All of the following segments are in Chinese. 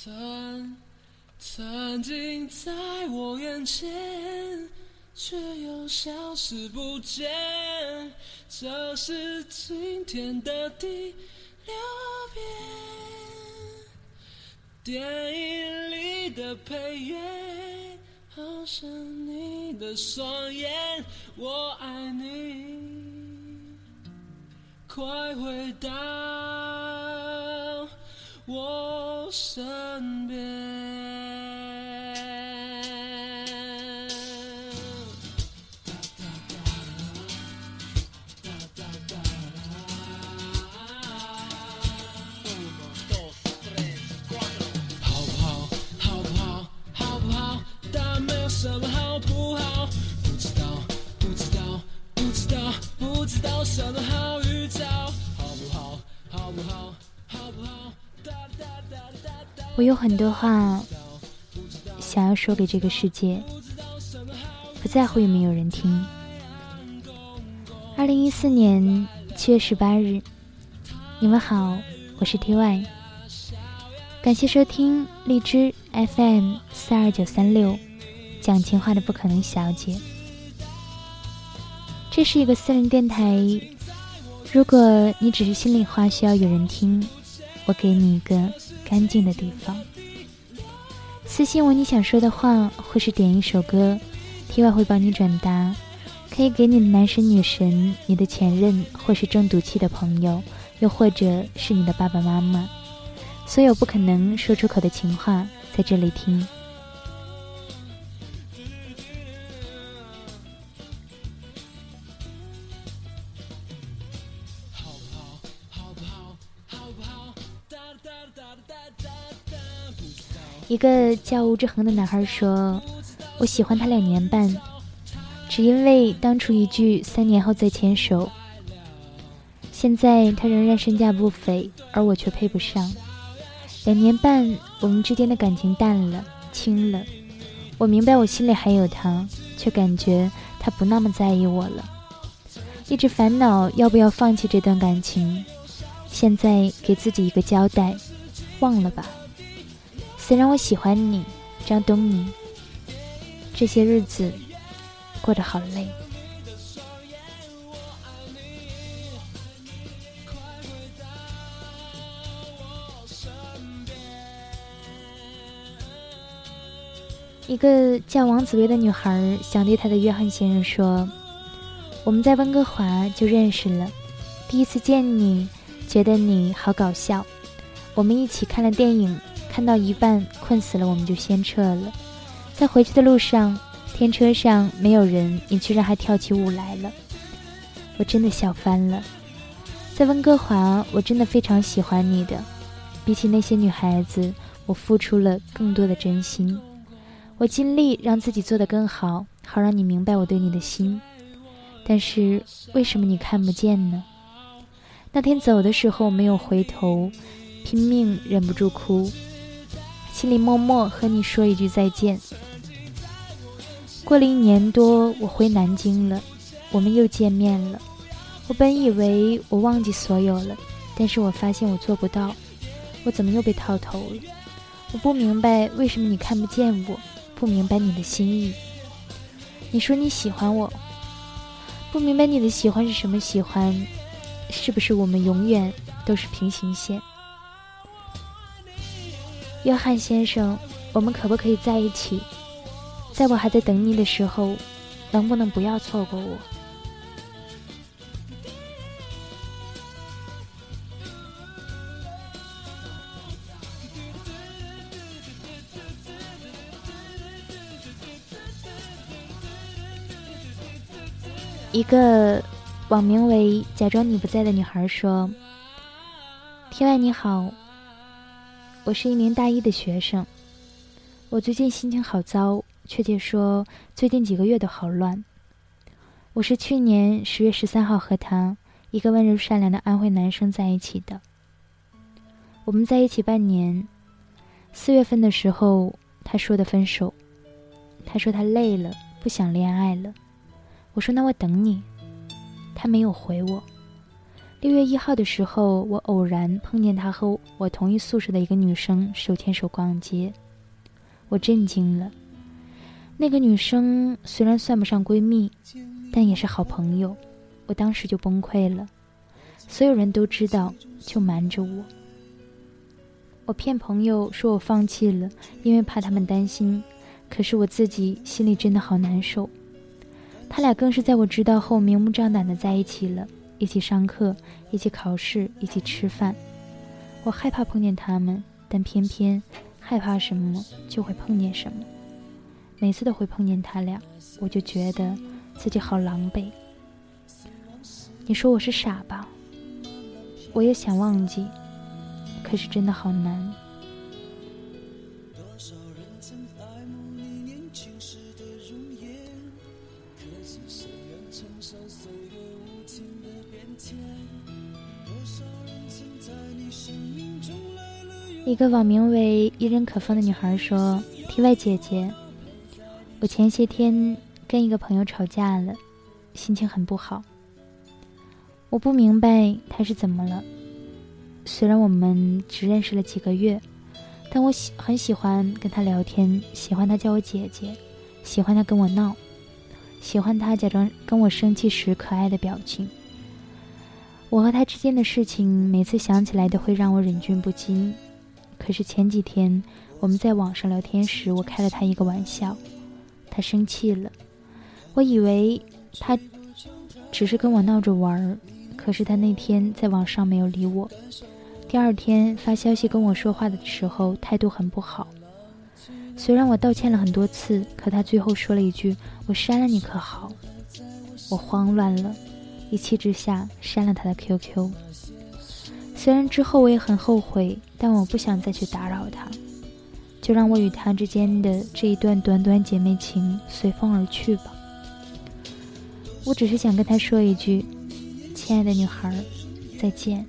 曾经在我眼前，却又消失不见。这是今天的第6遍，电影里的配乐，好像你的双眼。我爱你，快回到我身边。什么好不好？不知道，不知道，不知道，不知道什么好预兆？好不好？好不好？好不好？ 我有很多话想要说给这个世界，不在乎有没有人听。2014年7月18日，你们好，我是 TY， 感谢收听荔枝 FM42936。讲情话的不可能小姐，这是一个私人电台，如果你只是心里话需要有人听，我给你一个干净的地方。私信我你想说的话，或是点一首歌，TY会帮你转达，可以给你的男神女神，你的前任，或是正赌气的朋友，又或者是你的爸爸妈妈，所有不可能说出口的情话在这里听。一个叫吴志恒的男孩说，我喜欢他2年半，只因为当初一句3年后再牵手。现在他仍然身价不菲，而我却配不上。2年半，我们之间的感情淡了，轻了。我明白我心里还有他，却感觉他不那么在意我了。一直烦恼要不要放弃这段感情，现在给自己一个交代，忘了吧。虽然我喜欢你，张东尼，这些日子过得好累。一个叫王紫薇的女孩想对她的约翰先生说，我们在温哥华就认识了，第一次见你觉得你好搞笑，我们一起看了电影，看到一半困死了，我们就先撤了。在回去的路上，天车上没有人，你居然还跳起舞来了，我真的笑翻了。在温哥华，我真的非常喜欢你的，比起那些女孩子，我付出了更多的真心，我尽力让自己做得更好，好让你明白我对你的心。但是为什么你看不见呢？那天走的时候没有回头，拼命忍不住哭，心里默默和你说一句再见。过了1年多，我回南京了，我们又见面了。我本以为我忘记所有了，但是我发现我做不到。我怎么又被套头了？我不明白为什么你看不见我，不明白你的心意。你说你喜欢我，不明白你的喜欢是什么喜欢，是不是我们永远都是平行线？约翰先生，我们可不可以在一起？在我还在等你的时候，能不能不要错过我？一个网名为假装你不在的女孩说，天外你好，我是一名大一的学生，我最近心情好糟，确切说最近几个月都好乱。我是去年10月13号和他，一个温柔善良的安徽男生在一起的。我们在一起半年，4月份的时候他说的分手，他说他累了，不想恋爱了。我说那我等你，他没有回我。 6月1号的时候，我偶然碰见他和我同一宿舍的一个女生手牵手逛街，我震惊了。那个女生虽然算不上闺蜜，但也是好朋友，我当时就崩溃了。所有人都知道，就瞒着我。我骗朋友说我放弃了，因为怕他们担心，可是我自己心里真的好难受。他俩更是在我知道后明目张胆的在一起了，一起上课，一起考试，一起吃饭。我害怕碰见他们，但偏偏害怕什么就会碰见什么。每次都会碰见他俩，我就觉得自己好狼狈。你说我是傻吧？我也想忘记，可是真的好难。一个网名为一人可风的女孩说：“TY姐姐，我前些天跟一个朋友吵架了，心情很不好。我不明白他是怎么了。虽然我们只认识了几个月，但我很喜欢跟他聊天，喜欢他叫我姐姐，喜欢他跟我闹，喜欢他假装跟我生气时可爱的表情。我和他之间的事情，每次想起来都会让我忍俊不禁。可是前几天我们在网上聊天时，我开了他一个玩笑，他生气了。我以为他只是跟我闹着玩，可是他那天在网上没有理我。第二天发消息跟我说话的时候，态度很不好。虽然我道歉了很多次，可他最后说了一句：“我删了你可好？”我慌乱了，一气之下删了他的 QQ。虽然之后我也很后悔，但我不想再去打扰他，就让我与他之间的这一段短短姐妹情随风而去吧。我只是想跟他说一句：“亲爱的女孩，再见。”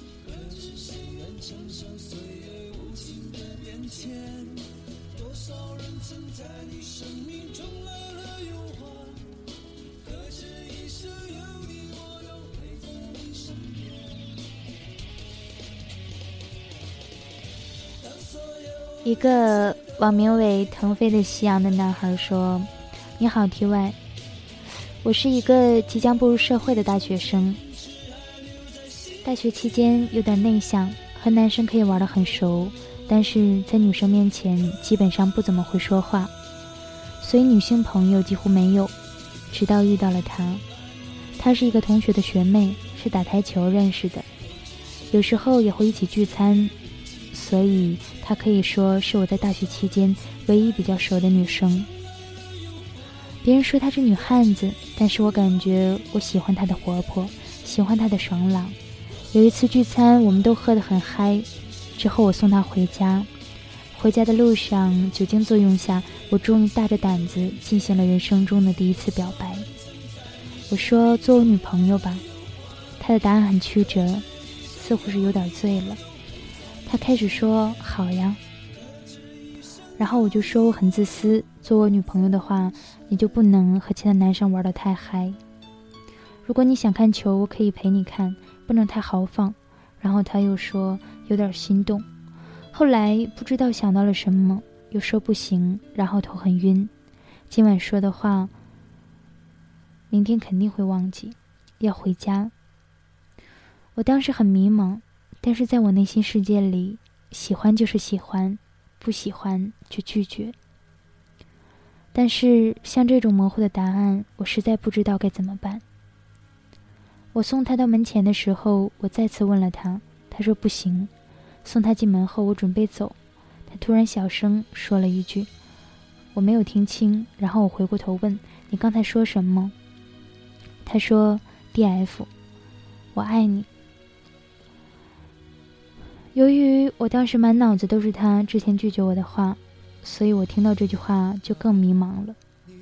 一个网名为腾飞的夕阳的男孩说：“你好 TY， 我是一个即将步入社会的大学生。大学期间有点内向，和男生可以玩得很熟，但是在女生面前基本上不怎么会说话，所以女性朋友几乎没有。直到遇到了她，她是一个同学的学妹，是打台球认识的，有时候也会一起聚餐，所以她可以说是我在大学期间唯一比较熟的女生。别人说她是女汉子，但是我感觉我喜欢她的活泼，喜欢她的爽朗。有一次聚餐，我们都喝得很嗨，之后我送她回家。回家的路上，酒精作用下，我终于大着胆子进行了人生中的第一次表白。我说：“做我女朋友吧。”她的答案很曲折，似乎是有点醉了。她开始说：“好呀。”然后我就说：“我很自私，做我女朋友的话，你就不能和其他男生玩得太嗨。如果你想看球，我可以陪你看，不能太豪放。”然后她又说有点心动。后来不知道想到了什么，又说不行，然后头很晕。今晚说的话，明天肯定会忘记，要回家。我当时很迷茫，但是在我内心世界里，喜欢就是喜欢，不喜欢就拒绝。但是像这种模糊的答案，我实在不知道该怎么办。我送他到门前的时候，我再次问了他，他说不行。送他进门后，我准备走，他突然小声说了一句，我没有听清，然后我回过头问：“你刚才说什么？”他说 ：“DF， 我爱你。”由于我当时满脑子都是他之前拒绝我的话，所以我听到这句话就更迷茫了，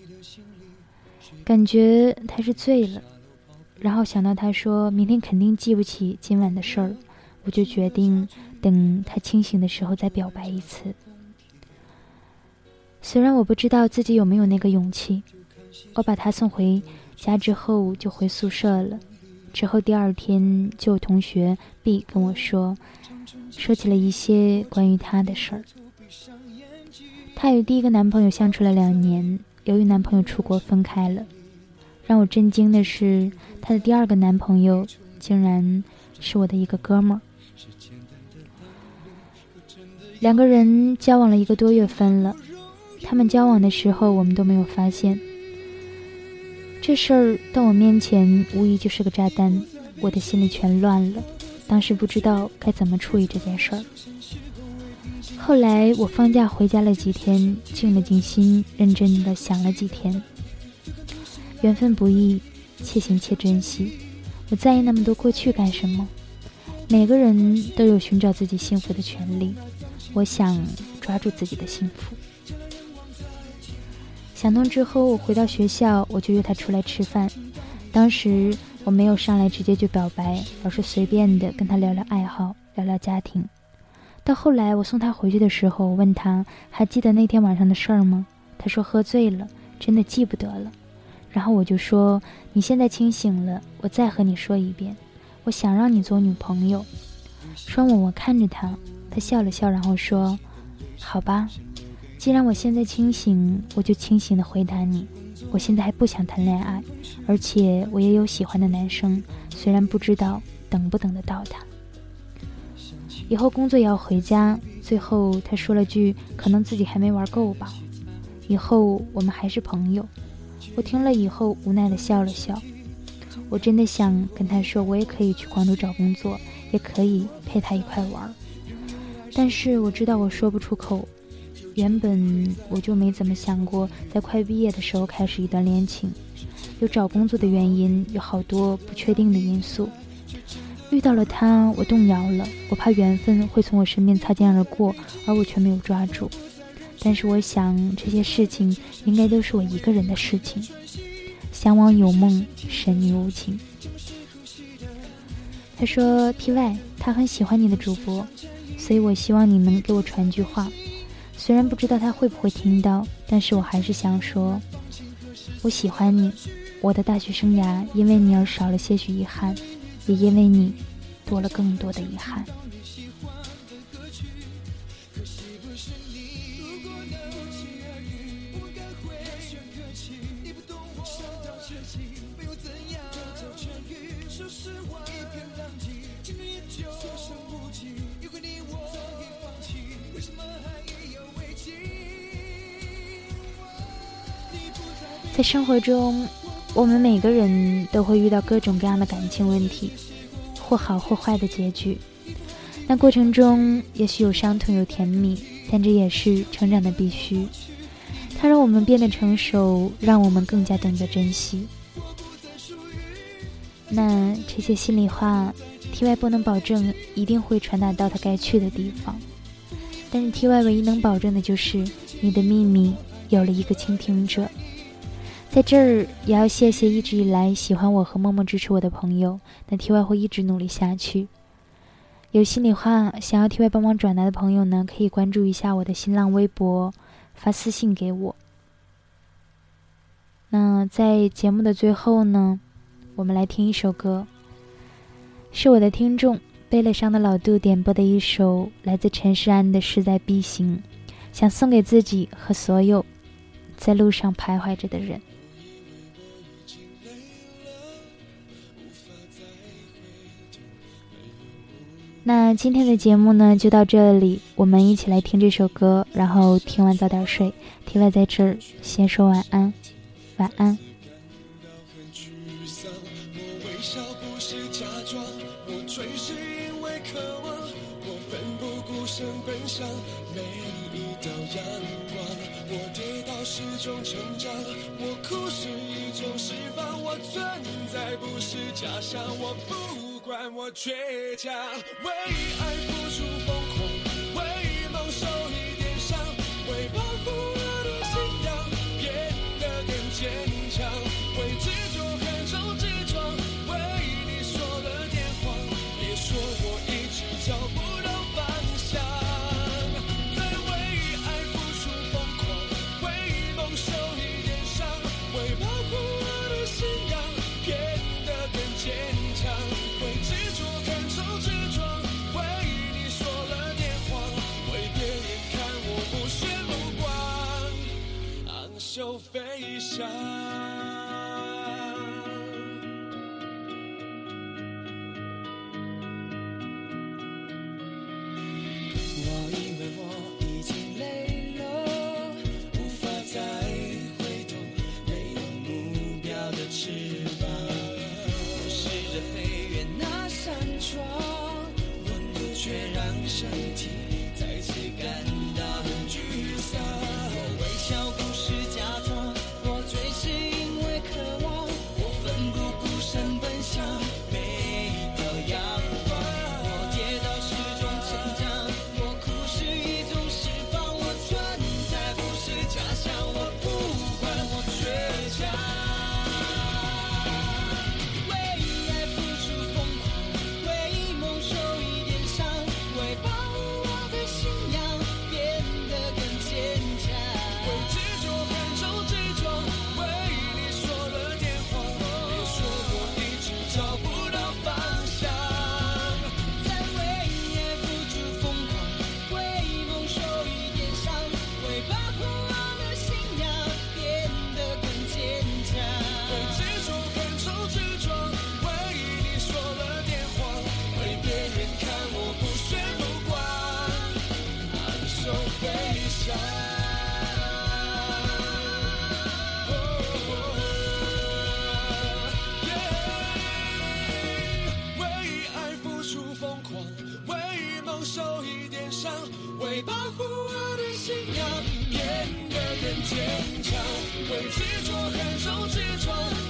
感觉他是醉了。然后想到他说明天肯定记不起今晚的事儿，我就决定等他清醒的时候再表白一次。虽然我不知道自己有没有那个勇气，我把他送回家之后就回宿舍了。 之后第2天就有同学 B 跟我说起了一些关于她的事儿。她与第1个男朋友相处了2年，由于男朋友出国分开了。让我震惊的是，她的第2个男朋友竟然是我的一个哥们儿。2个人交往了1个多月分了，他们交往的时候我们都没有发现。这事儿到我面前无疑就是个炸弹，我的心里全乱了，当时不知道该怎么处理这件事儿。后来我放假回家了几天，静了静心，认真的想了几天。缘分不易，且行且珍惜。我在意那么多过去干什么？每个人都有寻找自己幸福的权利，我想抓住自己的幸福。想通之后，我回到学校，我就约他出来吃饭。当时我没有上来直接就表白，而是随便的跟他聊聊爱好，聊聊家庭。到后来我送他回去的时候，我问他还记得那天晚上的事儿吗？他说喝醉了，真的记不得了。然后我就说你现在清醒了，我再和你说一遍，我想让你做女朋友。说完我看着他，他笑了笑，然后说好吧，既然我现在清醒，我就清醒地回答你，我现在还不想谈恋爱，而且我也有喜欢的男生，虽然不知道等不等得到他。以后工作也要回家，最后他说了句可能自己还没玩够吧，以后我们还是朋友。我听了以后无奈地笑了笑，我真的想跟他说我也可以去广州找工作，也可以陪他一块玩，但是我知道我说不出口。原本我就没怎么想过在快毕业的时候开始一段恋情，有找工作的原因，有好多不确定的因素。遇到了他，我动摇了，我怕缘分会从我身边擦肩而过，而我却没有抓住。但是我想这些事情应该都是我一个人的事情，相忘有梦，神女无情。他说 TY 他很喜欢你的主播，所以我希望你能给我传句话，虽然不知道他会不会听到，但是我还是想说我喜欢你，我的大学生涯因为你而少了些许遗憾，也因为你多了更多的遗憾。在生活中，我们每个人都会遇到各种各样的感情问题，或好或坏的结局。那过程中也许有伤痛有甜蜜，但这也是成长的必须。它让我们变得成熟，让我们更加懂得珍惜。那这些心里话 TY 不能保证一定会传达到他该去的地方，但是 TY 唯一能保证的就是你的秘密有了一个倾听者。在这儿也要谢谢一直以来喜欢我和默默支持我的朋友，那 TY 会一直努力下去。有心里话想要 TY 帮忙转达的朋友呢，可以关注一下我的新浪微博，发私信给我。那在节目的最后呢，我们来听一首歌，是我的听众背了伤的老杜点播的一首来自陈世安的势在必行，想送给自己和所有在路上徘徊着的人。那今天的节目呢就到这里，我们一起来听这首歌，然后听完早点睡。TY在这儿先说晚安，晚安。 我跌倒是种成长，我哭是一种释放，我存在不是假象，我不管我倔强，为爱付出疯狂，为梦受一点伤，为保护我的信仰变得更坚强，为执着横冲直撞，为你说了点谎，别说我一直找不到方向，在为爱付出疯狂，为梦受一点伤，为保护我的信仰变得更坚强， 想。我以为我已经累了，无法再回头，没有目标的翅膀。我试着飞越那扇窗，温度却让身体再次感到很沮丧。我微笑不是假装，我醉是因为渴望，我奋不顾身奔向每一道阳光。我跌倒是种成长，我哭是一种释放，我存在不是假象，我不管我倔强。为爱付出疯狂，为梦受一点伤，为保护我的信仰变得更坚强。为执着狠手执着，为你说了点谎，别说我一直找不到方向。在为爱付出疯狂，为梦受一点伤，为保护我的信仰变得更坚强。为执着狠手执着，为你说了点谎，为别人看我不炫不挂，昂首飞翔。为爱付出疯狂，为梦受一点伤，为保护我的信仰变得更坚强。为执着狠手执着，